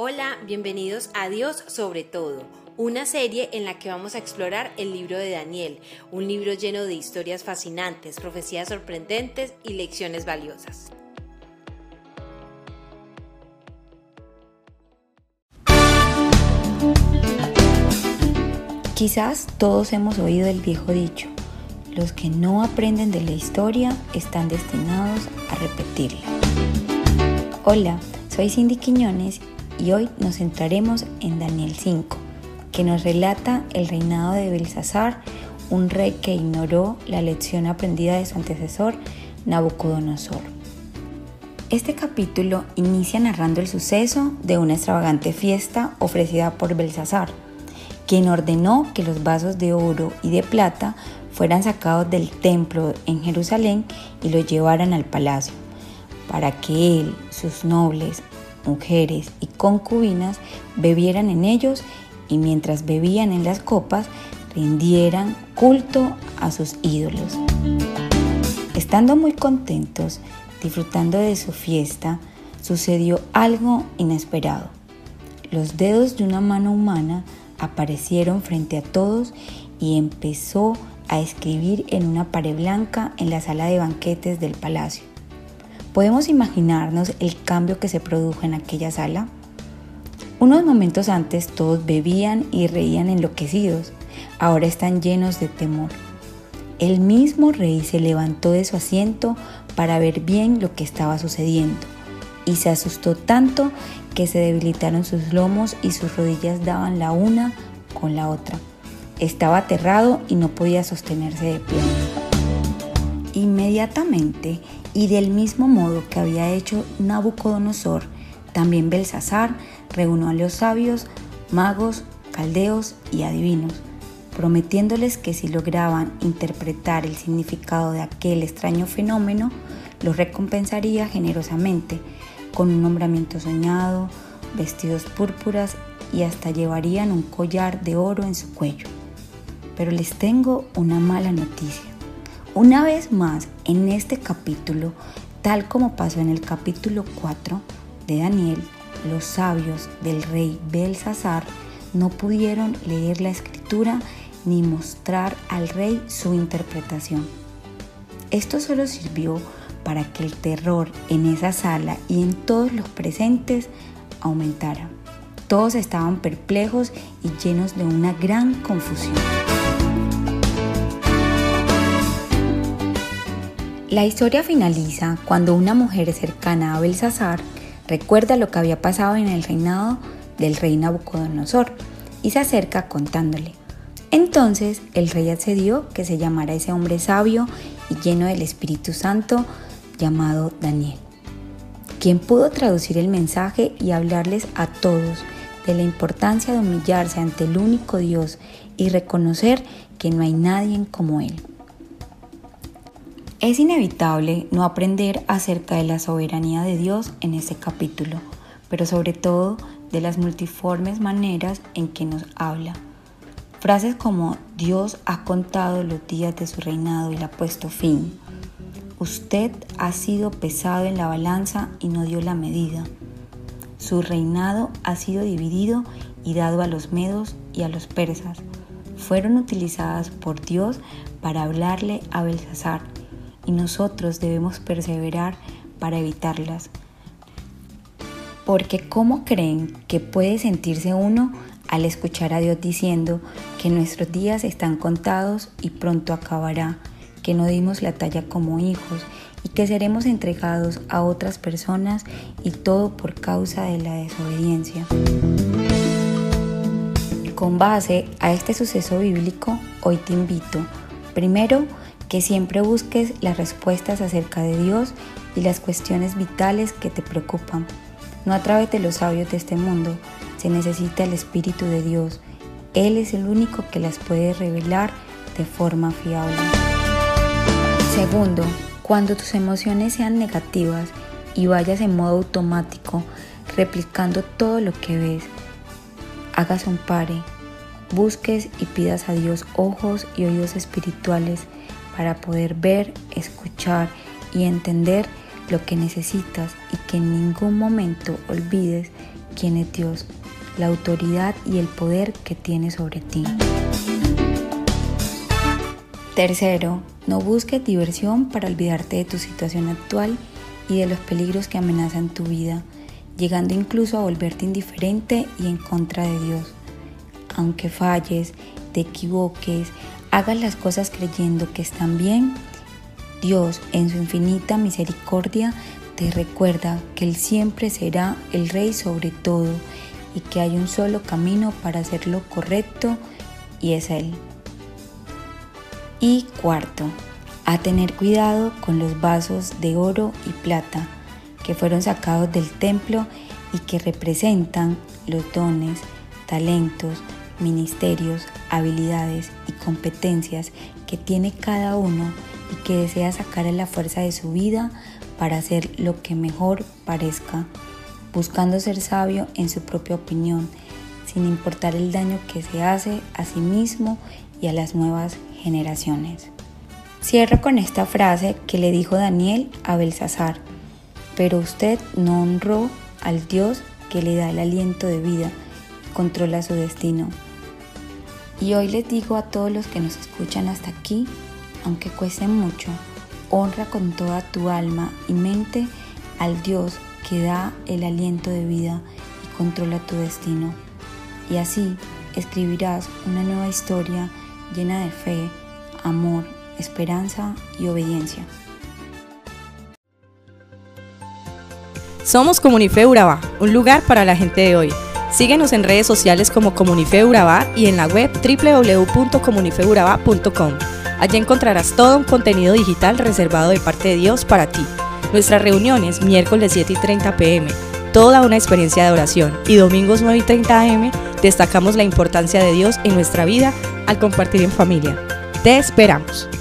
Hola, bienvenidos a Dios sobre todo, una serie en la que vamos a explorar el libro de Daniel, un libro lleno de historias fascinantes, profecías sorprendentes y lecciones valiosas. Quizás todos hemos oído el viejo dicho: los que no aprenden de la historia están destinados a repetirla. Hola, soy Cindy Quiñones y hoy nos centraremos en Daniel 5, que nos relata el reinado de Belsasar, un rey que ignoró la lección aprendida de su antecesor, Nabucodonosor. Este capítulo inicia narrando el suceso de una extravagante fiesta ofrecida por Belsasar, quien ordenó que los vasos de oro y de plata fueran sacados del templo en Jerusalén y los llevaran al palacio, para que él, sus nobles, mujeres y concubinas bebieran en ellos y mientras bebían en las copas rindieran culto a sus ídolos. Estando muy contentos, disfrutando de su fiesta, sucedió algo inesperado. Los dedos de una mano humana aparecieron frente a todos y empezó a escribir en una pared blanca en la sala de banquetes del palacio. ¿Podemos imaginarnos el cambio que se produjo en aquella sala? Unos momentos antes todos bebían y reían enloquecidos, ahora están llenos de temor. El mismo rey se levantó de su asiento para ver bien lo que estaba sucediendo y se asustó tanto que se debilitaron sus lomos y sus rodillas daban la una con la otra. Estaba aterrado y no podía sostenerse de pie. Inmediatamente, y del mismo modo que había hecho Nabucodonosor, también Belsasar reunió a los sabios, magos, caldeos y adivinos, prometiéndoles que si lograban interpretar el significado de aquel extraño fenómeno, los recompensaría generosamente, con un nombramiento soñado, vestidos púrpuras y hasta llevarían un collar de oro en su cuello. Pero les tengo una mala noticia. Una vez más, en este capítulo, tal como pasó en el capítulo 4 de Daniel, los sabios del rey Belsasar no pudieron leer la escritura ni mostrar al rey su interpretación. Esto solo sirvió para que el terror en esa sala y en todos los presentes aumentara. Todos estaban perplejos y llenos de una gran confusión. La historia finaliza cuando una mujer cercana a Belsasar recuerda lo que había pasado en el reinado del rey Nabucodonosor y se acerca contándole. Entonces el rey accedió que se llamara ese hombre sabio y lleno del Espíritu Santo llamado Daniel, quien pudo traducir el mensaje y hablarles a todos de la importancia de humillarse ante el único Dios y reconocer que no hay nadie como Él. Es inevitable no aprender acerca de la soberanía de Dios en este capítulo, pero sobre todo de las multiformes maneras en que nos habla. Frases como Dios ha contado los días de su reinado y le ha puesto fin. Usted ha sido pesado en la balanza y no dio la medida. Su reinado ha sido dividido y dado a los medos y a los persas. Fueron utilizadas por Dios para hablarle a Belsasar y nosotros debemos perseverar para evitarlas. Porque ¿cómo creen que puede sentirse uno al escuchar a Dios diciendo que nuestros días están contados y pronto acabará, que no dimos la talla como hijos y que seremos entregados a otras personas y todo por causa de la desobediencia? Con base a este suceso bíblico, hoy te invito, primero, que siempre busques las respuestas acerca de Dios y las cuestiones vitales que te preocupan. No a través de los sabios de este mundo, se necesita el Espíritu de Dios. Él es el único que las puede revelar de forma fiable. Segundo, cuando tus emociones sean negativas y vayas en modo automático, replicando todo lo que ves, hagas un pare, busques y pidas a Dios ojos y oídos espirituales para poder ver, escuchar y entender lo que necesitas y que en ningún momento olvides quién es Dios, la autoridad y el poder que tiene sobre ti. Tercero, no busques diversión para olvidarte de tu situación actual y de los peligros que amenazan tu vida, llegando incluso a volverte indiferente y en contra de Dios. Aunque falles, te equivoques, hagas las cosas creyendo que están bien, Dios, en su infinita misericordia, te recuerda que Él siempre será el Rey sobre todo y que hay un solo camino para hacer lo correcto y es Él. Y cuarto, a tener cuidado con los vasos de oro y plata que fueron sacados del templo y que representan los dones, talentos, ministerios, habilidades y competencias que tiene cada uno y que desea sacar a la fuerza de su vida para hacer lo que mejor parezca, buscando ser sabio en su propia opinión, sin importar el daño que se hace a sí mismo y a las nuevas generaciones. Cierro con esta frase que le dijo Daniel a Belsasar: pero usted no honró al Dios que le da el aliento de vida y controla su destino. Y hoy les digo a todos los que nos escuchan hasta aquí, aunque cueste mucho, honra con toda tu alma y mente al Dios que da el aliento de vida y controla tu destino. Y así escribirás una nueva historia llena de fe, amor, esperanza y obediencia. Somos Comunife Urabá, un lugar para la gente de hoy. Síguenos en redes sociales como Comunife Urabá y en la web www.comunifeurabá.com. Allí encontrarás todo un contenido digital reservado de parte de Dios para ti. Nuestras reuniones miércoles 7:30 p.m., toda una experiencia de oración, y domingos 9:30 a.m. destacamos la importancia de Dios en nuestra vida al compartir en familia. Te esperamos.